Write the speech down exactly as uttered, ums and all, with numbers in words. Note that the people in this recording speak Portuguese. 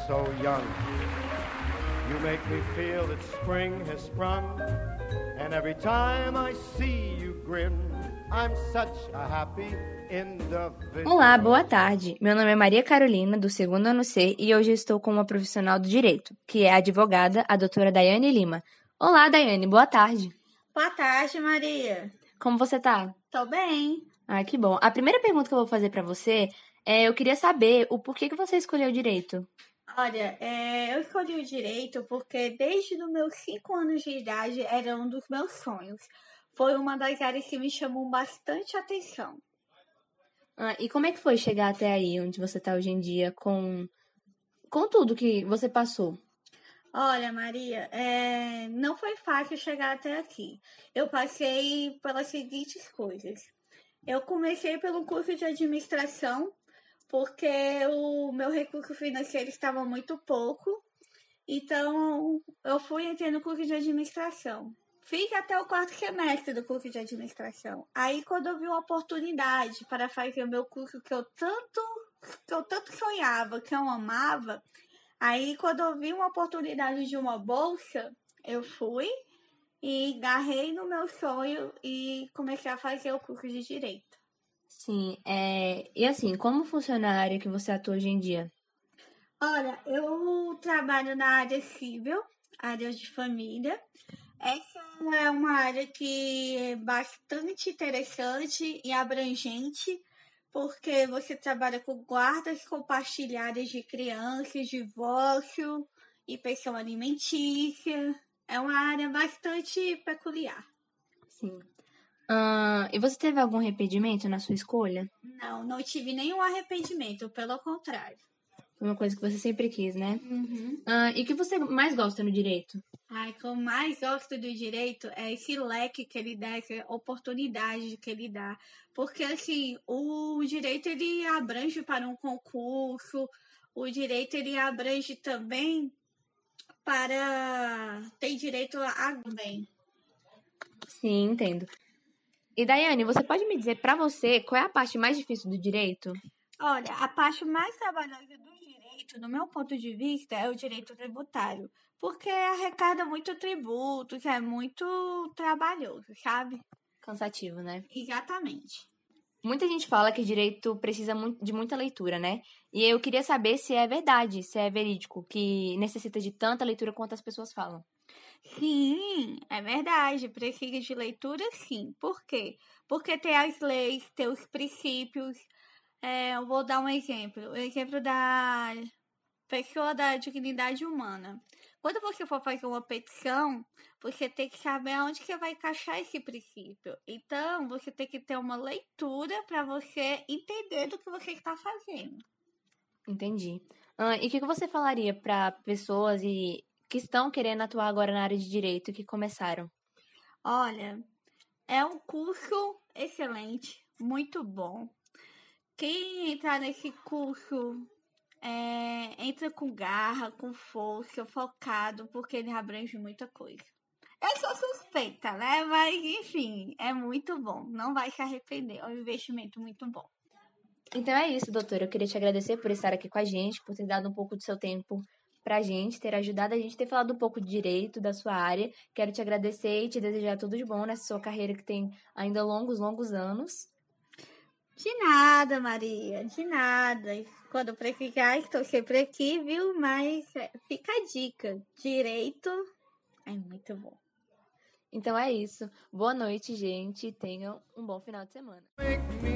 so young. You make me feel that spring has sprung, and every time I see you grin, I'm such a happy individual. Olá, boa tarde. Meu nome é Maria Carolina, do segundo ano C, e hoje eu estou com uma profissional do direito, que é a advogada, a doutora Daiane Lima. Olá, Daiane, boa tarde. Boa tarde, Maria. Como você tá? Tô bem. Ah, que bom. A primeira pergunta que eu vou fazer para você é, eu queria saber o porquê que você escolheu o direito. Olha, é, eu escolhi o direito porque desde os meus cinco anos de idade era um dos meus sonhos. Foi uma das áreas que me chamou bastante atenção. Ah, e como é que foi chegar até aí, onde você está hoje em dia, com, com tudo que você passou? Olha, Maria, é, não foi fácil chegar até aqui. Eu passei pelas seguintes coisas. Eu comecei pelo curso de administração, porque o meu recurso financeiro estava muito pouco. Então, eu fui entrar no curso de administração. Fiz até o quarto semestre do curso de administração. Aí, quando eu vi uma oportunidade para fazer o meu curso que eu tanto, que eu tanto sonhava, que eu amava, aí, quando eu vi uma oportunidade de uma bolsa, eu fui e agarrei no meu sonho e comecei a fazer o curso de Direito. Sim, é... e assim, como funciona a área que você atua hoje em dia? Olha, eu trabalho na área civil, área de família. Essa é uma área que é bastante interessante e abrangente, porque você trabalha com guardas compartilhadas de crianças, divórcio e pensão alimentícia. É uma área bastante peculiar. Sim. Ah, e você teve algum arrependimento na sua escolha? Não, não tive nenhum arrependimento, pelo contrário. Foi uma coisa que você sempre quis, né? Uhum. Ah, e o que você mais gosta no direito? Ai, o que eu mais gosto do direito é esse leque que ele dá, essa oportunidade que ele dá. Porque, assim, o direito, ele abrange para um concurso, o direito, ele abrange também para ter direito a também. Sim, entendo. E, Daiane, você pode me dizer pra você qual é a parte mais difícil do direito? Olha, a parte mais trabalhosa do direito, no meu ponto de vista, é o direito tributário. Porque arrecada muito tributo, que é muito trabalhoso, sabe? Cansativo, né? Exatamente. Muita gente fala que direito precisa de muita leitura, né? E eu queria saber se é verdade, se é verídico, que necessita de tanta leitura quanto as pessoas falam. Sim, é verdade. Precisa de leitura, sim. Por quê? Porque tem as leis, tem os princípios. É, eu vou dar um exemplo. O exemplo da pessoa da dignidade humana. Quando você for fazer uma petição, você tem que saber onde que vai encaixar esse princípio. Então, você tem que ter uma leitura para você entender do que você está fazendo. Entendi. Ah, e o que você falaria para pessoas e que estão querendo atuar agora na área de direito e que começaram? Olha, é um curso excelente, muito bom. Quem entrar nesse curso é, entra com garra, com força, focado, porque ele abrange muita coisa. Eu sou suspeita, né? Mas, enfim, é muito bom. Não vai se arrepender. É um investimento muito bom. Então é isso, doutora. Eu queria te agradecer por estar aqui com a gente, por ter dado um pouco do seu tempo pra gente, ter ajudado a gente, ter falado um pouco de direito da sua área. Quero te agradecer e te desejar tudo de bom nessa sua carreira que tem ainda longos, longos anos. De nada, Maria, de nada. Quando precisar, estou sempre aqui, viu? Mas fica a dica: direito é muito bom. Então é isso. Boa noite, gente. Tenham um bom final de semana.